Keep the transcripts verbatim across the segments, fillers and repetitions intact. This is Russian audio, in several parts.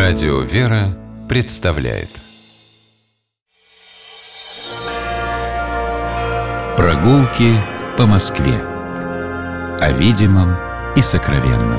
Радио «Вера» представляет Прогулки по Москве. О видимом и сокровенном.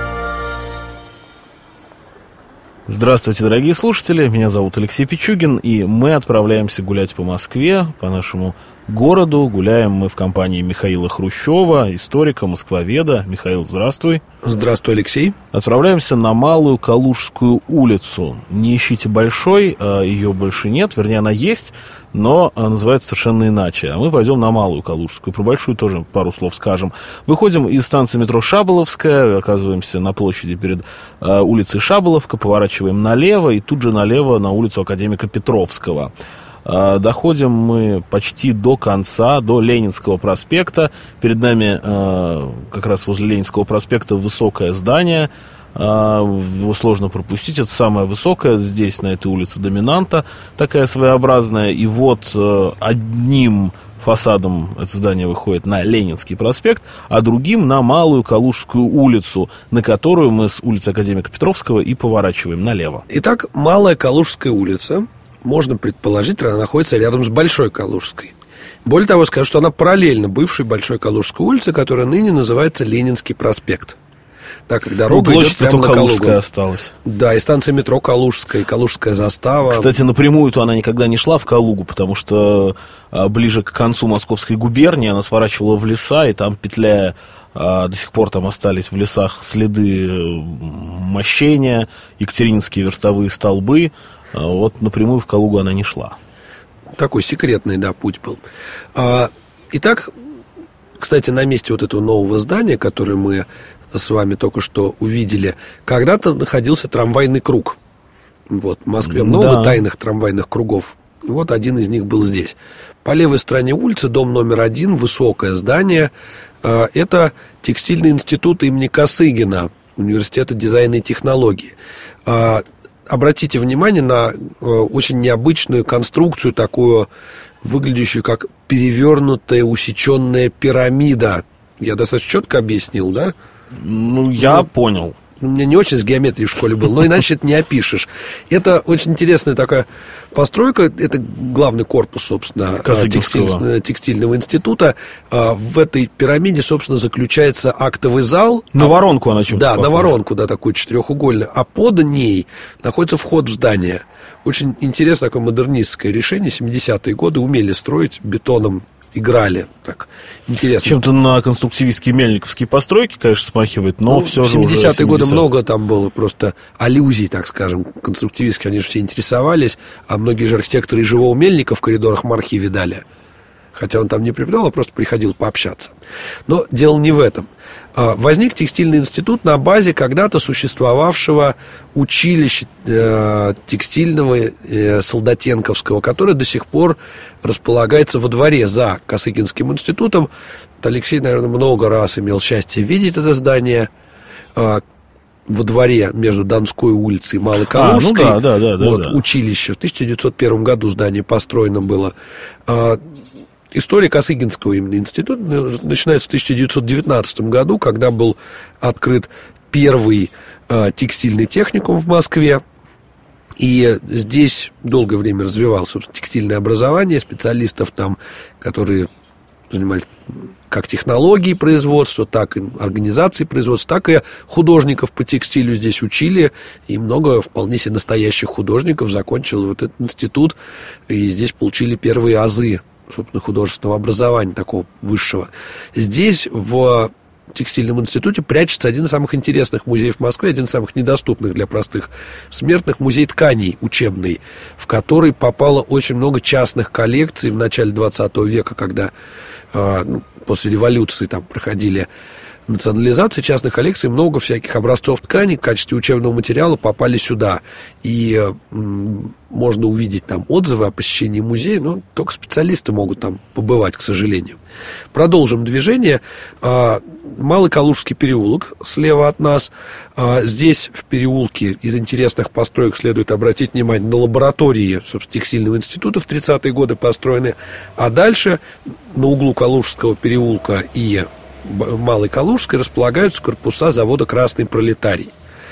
Здравствуйте, дорогие слушатели, меня зовут Алексей Пичугин, и мы отправляемся гулять по Москве, по нашему городу. Гуляем мы в компании Михаила Хрущева, историка, москвоведа. Михаил, здравствуй. Здравствуй, Алексей. Отправляемся на Малую Калужскую улицу. Не ищите большой, ее больше нет, вернее, она есть, но называется совершенно иначе. А мы пойдем на Малую Калужскую. Про большую тоже пару слов скажем. Выходим из станции метро Шаболовская, оказываемся на площади перед э, улицей Шаболовка, поворачиваем налево и тут же налево на улицу Академика Петровского. Э, доходим мы почти до конца, до Ленинского проспекта. Перед нами э, как раз возле Ленинского проспекта высокое здание. Его сложно пропустить, это самое высокое здесь, на этой улице, доминанта такая своеобразная. И вот одним фасадом это здание выходит на Ленинский проспект, а другим на Малую Калужскую улицу, на которую мы с улицы Академика Петровского и поворачиваем налево. Итак, Малая Калужская улица, можно предположить, она находится рядом с Большой Калужской. Более того, скажу, что она параллельна бывшей Большой Калужской улице, которая ныне называется Ленинский проспект. Так как дорога ну, идет прямо на Калужская Калугу. Осталась. Да, и станция метро Калужская, и Калужская застава. Кстати, напрямую-то она никогда не шла в Калугу, потому что а, ближе к концу Московской губернии она сворачивала в леса, и там, петляя, а, до сих пор там остались в лесах следы мощения, екатерининские верстовые столбы. А, вот напрямую в Калугу она не шла. Такой секретный, да, путь был. А, итак, кстати, на месте вот этого нового здания, которое мы с вами только что увидели, когда-то находился трамвайный круг. Вот, в Москве много да. тайных трамвайных кругов. И вот один из них был здесь. По левой стороне улицы, дом номер один, высокое здание. Это текстильный институт имени Косыгина, университета дизайна и технологий. Обратите внимание на очень необычную конструкцию, такую, выглядящую как перевернутая, усеченная пирамида. Я достаточно четко объяснил, да? Ну, я ну, понял. У меня не очень с геометрией в школе был, но иначе это не опишешь. Это очень интересная такая постройка. Это главный корпус, собственно, текстиль, текстильного института. В этой пирамиде, собственно, заключается актовый зал. На воронку она чем-то Да, похожа. на воронку, да, такой четырехугольный. А под ней находится вход в здание. Очень интересное такое модернистское решение. семидесятые годы умели строить бетоном. Играли, так, интересно. Чем-то на конструктивистские мельниковские постройки, конечно, смахивает, но ну, все же уже семидесятые годы много там было просто аллюзий, так скажем, конструктивистские, они же все интересовались, а многие же архитекторы и живого Мельника в коридорах Мархи видали. Хотя он там не преподавал, а просто приходил пообщаться. Но дело не в этом. Возник текстильный институт на базе когда-то существовавшего училища э, текстильного э, Солдатенковского, которое до сих пор располагается во дворе за Косыгинским институтом. Вот Алексей, наверное, много раз имел счастье видеть это здание э, во дворе между Донской улицей и Малой Калужской. А, ну да, да, да, вот, да, да. Училище. В тысяча девятьсот первом году здание построено было. История Косыгинского именно института начинается в тысяча девятьсот девятнадцатом году, когда был открыт первый э, текстильный техникум в Москве. И здесь долгое время развивалось, собственно, текстильное образование, специалистов там, которые занимались как технологии производства, так и организации производства, так и художников по текстилю здесь учили. И много вполне себе настоящих художников закончило вот этот институт. И здесь получили первые азы, собственно, художественного образования такого высшего. Здесь, в текстильном институте, прячется один из самых интересных музеев Москвы, один из самых недоступных для простых смертных, музей тканей учебный, в который попало очень много частных коллекций в начале двадцатого века, когда э, ну, после революции там проходили национализации частных коллекций, много всяких образцов тканей в качестве учебного материала попали сюда. И м, можно увидеть там отзывы о посещении музея, но только специалисты могут там побывать, к сожалению. Продолжим движение. А, Малый Калужский переулок слева от нас. А, здесь в переулке из интересных построек следует обратить внимание на лаборатории, собственно, текстильного института в тридцатые годы построены. А дальше на углу Калужского переулка и Малой Калужской располагаются корпуса завода «Красный пролетарий».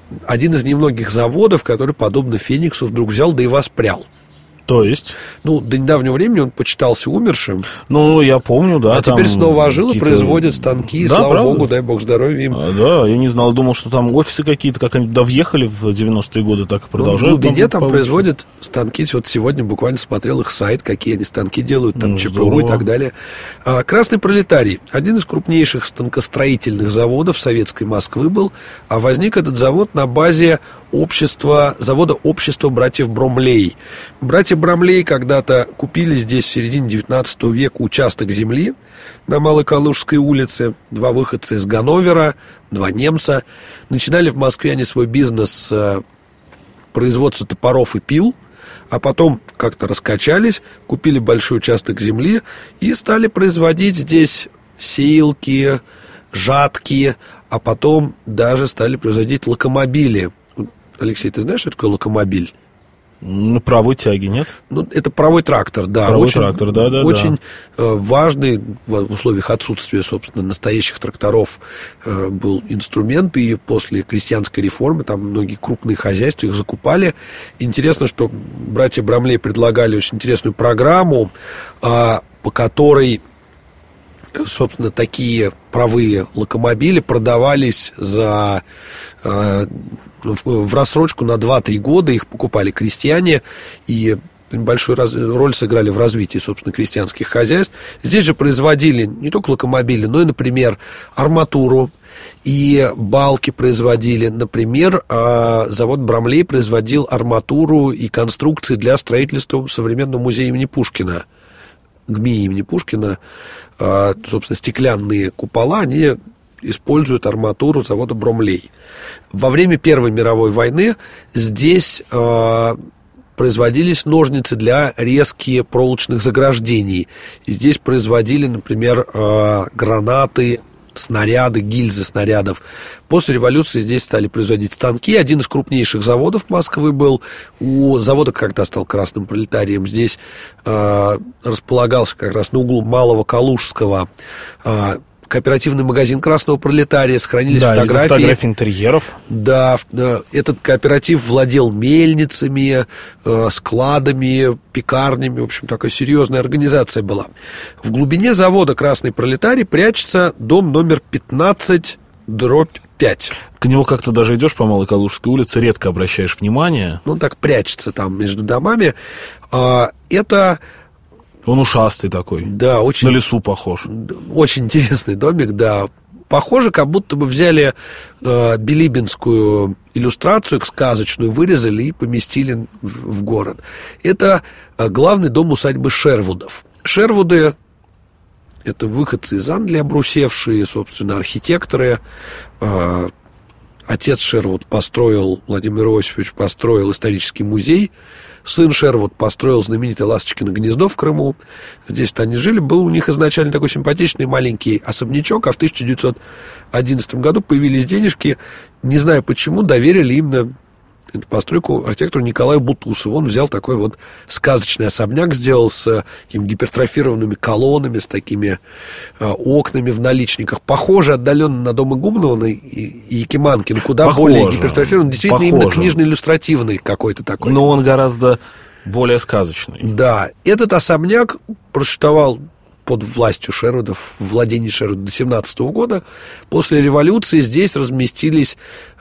один из немногих заводов, который, подобно Фениксу, вдруг взял да и воспрял. То есть? Ну, до недавнего времени он почитался умершим. Ну, я помню, да. А теперь снова ожил и производит станки. Да, слава правда? богу, дай бог здоровья им. А, да, я не знал, думал, что там офисы какие-то, как они туда въехали в девяностые годы, так и продолжают. Ну, в глубине там получше. производят станки. Вот сегодня буквально смотрел их сайт, какие они станки делают, там Ну, ЧПУ здорово. и так далее. А, Красный Пролетарий. Один из крупнейших станкостроительных заводов советской Москвы был. А возник этот завод на базе общества, завода общества братьев Бромлей. Братья Бромлей когда-то купили здесь в середине девятнадцатого века участок земли на Малой Калужской улице. Два выходца из Ганновера, два немца. Начинали в Москве они свой бизнес с производства топоров и пил, а потом как-то раскачались, купили большой участок земли и стали производить здесь сеялки, жатки, а потом даже стали производить локомобили. Алексей, ты знаешь, что такое локомобиль? На правой тяге, нет? Ну, это паровой трактор, да. Паровой очень, трактор, да, да, очень да. важный в условиях отсутствия, собственно, настоящих тракторов был инструмент. И после крестьянской реформы там многие крупные хозяйства их закупали. Интересно, что братья Бромлей предлагали очень интересную программу, по которой, собственно, такие паровые локомобили продавались за, э, в, в рассрочку на два-три года. Их покупали крестьяне, и большую раз, роль сыграли в развитии, собственно, крестьянских хозяйств. Здесь же производили не только локомобили, но и, например, арматуру, и балки производили. Например, э, завод Бромлей производил арматуру и конструкции для строительства современного музея имени Пушкина. ГМИ имени Пушкина, собственно, стеклянные купола, они используют арматуру завода Бромлей. Во время Первой мировой войны здесь производились ножницы для резки проволочных заграждений. И здесь производили, например, гранаты, снаряды, гильзы снарядов. После революции здесь стали производить станки. Один из крупнейших заводов Москвы был. У завода, когда стал Красным Пролетарием, здесь э, располагался как раз на углу Малого Калужского э, кооперативный магазин Красного Пролетария. Сохранились да, фотографии. фотографии интерьеров. Да, этот кооператив владел мельницами, э, складами, пекарнями. В общем, такая серьезная организация была. В глубине завода Красный Пролетарий прячется дом номер пятнадцать, дробь пять. К нему как-то даже идешь по Малой Калужской улице, редко обращаешь внимание. Ну, он так прячется там между домами. А, это... Он ушастый такой. Да, очень... На лесу похож. Очень интересный домик, да. Похоже, как будто бы взяли э, билибинскую иллюстрацию, сказочную, вырезали и поместили в, в город. Это э, главный дом усадьбы Шервудов. Шервуды — это выходцы из Англии, обрусевшие, собственно, архитекторы. Э, отец Шервуд построил, Владимир Иосифович построил исторический музей. Сын Шервуд построил знаменитое Ласточкино гнездо в Крыму. Здесь-то они жили. Был у них изначально такой симпатичный маленький особнячок, а в тысяча девятьсот одиннадцатом году появились денежки. Не знаю почему, доверили именно эту постройку архитектору Николаю Бутусову. Он взял такой вот сказочный особняк, сделал с такими гипертрофированными колоннами, с такими э, окнами в наличниках. Похоже отдаленно на дом Игумнова и, и Якиманкина, куда Похоже. более гипертрофированный. Действительно, Похоже. именно книжно-иллюстративный какой-то такой. Но он гораздо более сказочный. Да, этот особняк просуществовал под властью Шервудов, владение Шервуда до семнадцатого года. После революции здесь разместились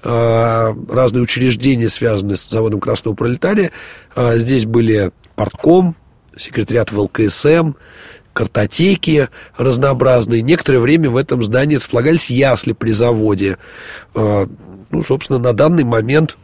э, разные учреждения, связанные с заводом Красного Пролетария. Э, здесь были партком, секретариат вэ эл ка эс эм, картотеки разнообразные. Некоторое время в этом здании располагались ясли при заводе. Э, ну, собственно, на данный момент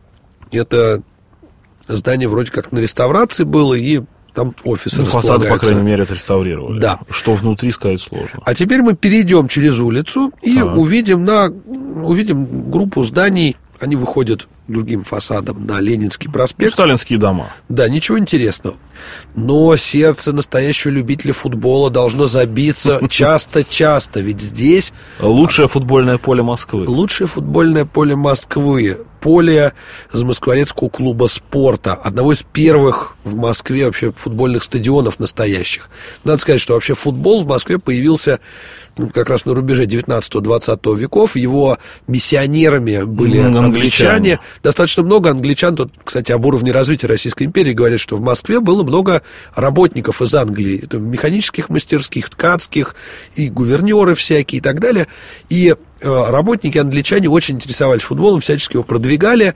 это здание вроде как на реставрации было, и там офисы ну, располагаются. Фасады, по крайней мере, отреставрировали. Да. Что внутри, сказать сложно. А теперь мы перейдем через улицу и так. увидим, на, увидим группу зданий. Они выходят другим фасадом на Ленинский проспект. Ну, сталинские дома. Да, ничего интересного. но сердце настоящего любителя футбола должно забиться часто-часто, ведь здесь... Лучшее футбольное поле Москвы. Лучшее футбольное поле Москвы. Поле Замоскворецкого клуба спорта. Одного из первых в Москве вообще футбольных стадионов настоящих. Надо сказать, что вообще футбол в Москве появился ну, как раз на рубеже девятнадцатого-двадцатого веков. Его миссионерами были англичане. англичане. Достаточно много англичан. Тут, кстати, об уровне развития Российской империи говорят, что в Москве было много работников из Англии. Это механических мастерских, ткацких, и гувернеры всякие и так далее. И работники англичане очень интересовались футболом, всячески его продвигали,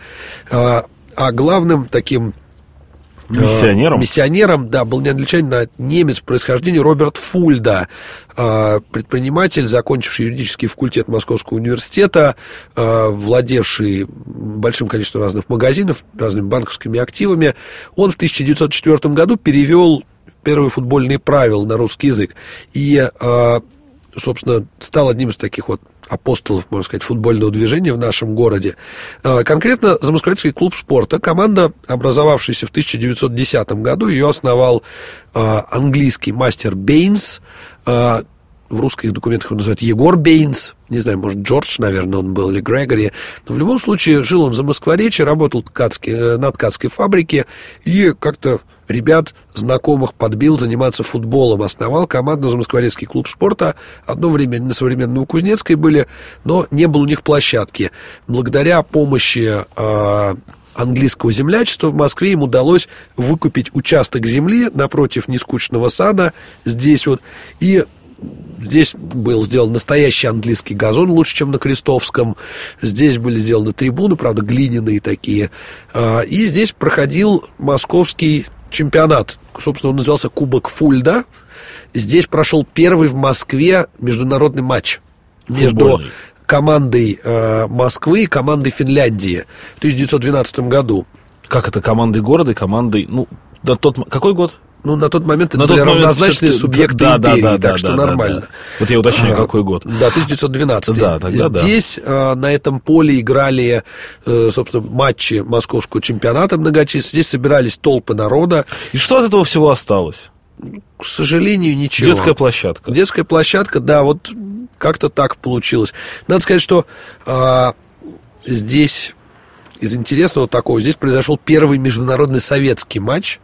а главным таким миссионером, миссионером да, был не англичанин, а немец по происхождению Роберт Фульда, предприниматель, закончивший юридический факультет Московского университета, владевший большим количеством разных магазинов, разными банковскими активами. Он в тысяча девятьсот четвёртом году перевел первые футбольные правила на русский язык и, собственно, стал одним из таких вот апостолов, можно сказать, футбольного движения в нашем городе. Конкретно Замоскворецкий клуб спорта, команда, образовавшаяся в тысяча девятьсот десятом году, ее основал английский мастер Бейнс, в русских документах его называют Егор Бейнс, не знаю, может, Джордж, наверное, он был, или Грегори, но в любом случае жил он в Замоскворечье, работал ткацкий, на ткацкой фабрике и как-то ребят, знакомых подбил заниматься футболом, основал команду Замоскворецкий клуб спорта. Одно время на современной Кузнецкой были, но не было у них площадки. Благодаря помощи э, английского землячества в Москве им удалось выкупить участок земли напротив нескучного сада здесь вот, и здесь был сделан настоящий английский газон, лучше, чем на Крестовском. Здесь были сделаны трибуны, правда, глиняные такие. И здесь проходил московский чемпионат. Собственно, он назывался Кубок Фульда. Здесь прошел первый в Москве международный матч между футбольный. командой Москвы и командой Финляндии в тысяча девятьсот двенадцатом году. Как это, командой города и командой... Ну, на тот... Какой год? Ну, на тот момент на это были равнозначные все-таки... субъекты да, империи, да, да, так да, что да, нормально. Да, да. Вот я уточняю, какой год. Да, тысяча девятьсот двенадцатый. Да, тогда Здесь да. на этом поле играли, собственно, матчи московского чемпионата многочисленные. Здесь собирались толпы народа. И что от этого всего осталось? К сожалению, ничего. Детская площадка. Детская площадка, да, вот как-то так получилось. Надо сказать, что а, здесь из интересного такого, здесь произошел первый международный советский матч.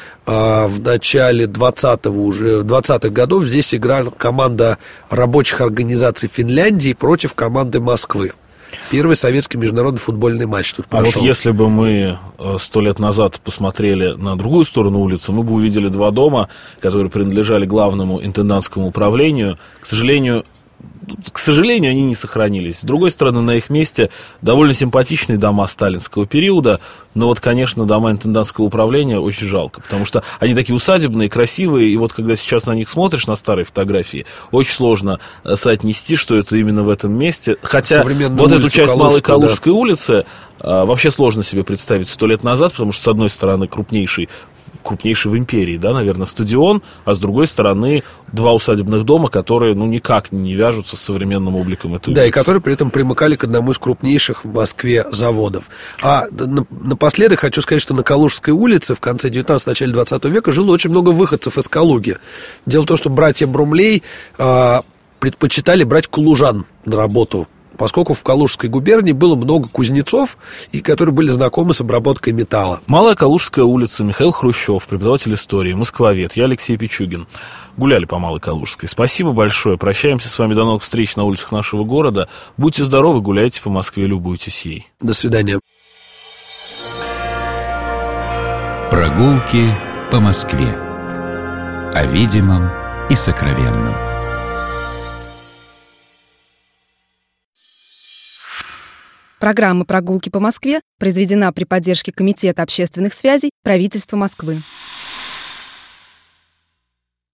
В начале двадцатого уже, двадцатых годов здесь играла команда рабочих организаций Финляндии против команды Москвы. Первый советский международный футбольный матч тут прошел. А вот если бы мы сто лет назад посмотрели на другую сторону улицы, мы бы увидели два дома, которые принадлежали главному интендантскому управлению. К сожалению, К сожалению, они не сохранились. С другой стороны, на их месте довольно симпатичные дома сталинского периода, но вот, конечно, дома интендантского управления очень жалко, потому что они такие усадебные, красивые, и вот когда сейчас на них смотришь, на старые фотографии, очень сложно соотнести, что это именно в этом месте. Хотя вот эту часть Малой Калужской да. улицы а, вообще сложно себе представить сто лет назад, потому что, с одной стороны, крупнейший крупнейший в империи, да, наверное, стадион, а с другой стороны два усадебных дома, которые, ну, никак не вяжутся с современным обликом этой улицы. Да, и которые при этом примыкали к одному из крупнейших в Москве заводов. А напоследок хочу сказать, что на Калужской улице в конце девятнадцатого, начале двадцатого века жило очень много выходцев из Калуги. Дело в том, что братья Брумлей а, предпочитали брать калужан на работу, поскольку в Калужской губернии было много кузнецов, и которые были знакомы с обработкой металла. Малая Калужская улица, Михаил Хрущев, преподаватель истории, москвовед, я Алексей Пичугин. Гуляли по Малой Калужской. Спасибо большое. Прощаемся с вами до новых встреч на улицах нашего города. Будьте здоровы, гуляйте по Москве, любуйтесь ей. До свидания. Прогулки по Москве. О видимом и сокровенном. Программа «Прогулки по Москве» произведена при поддержке Комитета общественных связей правительства Москвы.